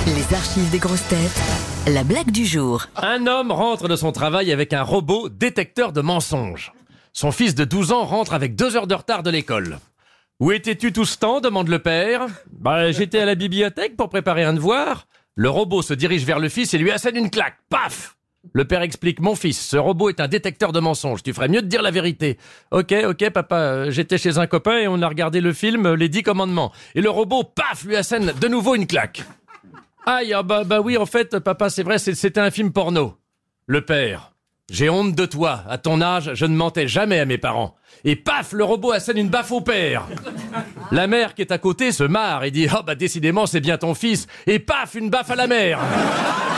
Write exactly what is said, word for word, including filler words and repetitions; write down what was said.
Les archives des grosses têtes, la blague du jour. Un homme rentre de son travail avec un robot détecteur de mensonges. Son fils de douze ans rentre avec deux heures de retard de l'école. « Où étais-tu tout ce temps ?» demande le père. « Bah, j'étais à la bibliothèque pour préparer un devoir. » Le robot se dirige vers le fils et lui assène une claque. Paf ! Le père explique « Mon fils, ce robot est un détecteur de mensonges. Tu ferais mieux de dire la vérité. »« Ok, ok, papa, euh, j'étais chez un copain et on a regardé le film euh, Les Dix Commandements. » Et le robot, paf, lui assène de nouveau une claque. « Aïe, ah bah, bah oui, en fait, papa, c'est vrai, c'est- c'était un film porno. » Le père. « J'ai honte de toi. À ton âge, je ne mentais jamais à mes parents. » Et paf, le robot assène une baffe au père. La mère qui est à côté se marre et dit « Oh bah décidément, c'est bien ton fils. » Et paf, une baffe à la mère.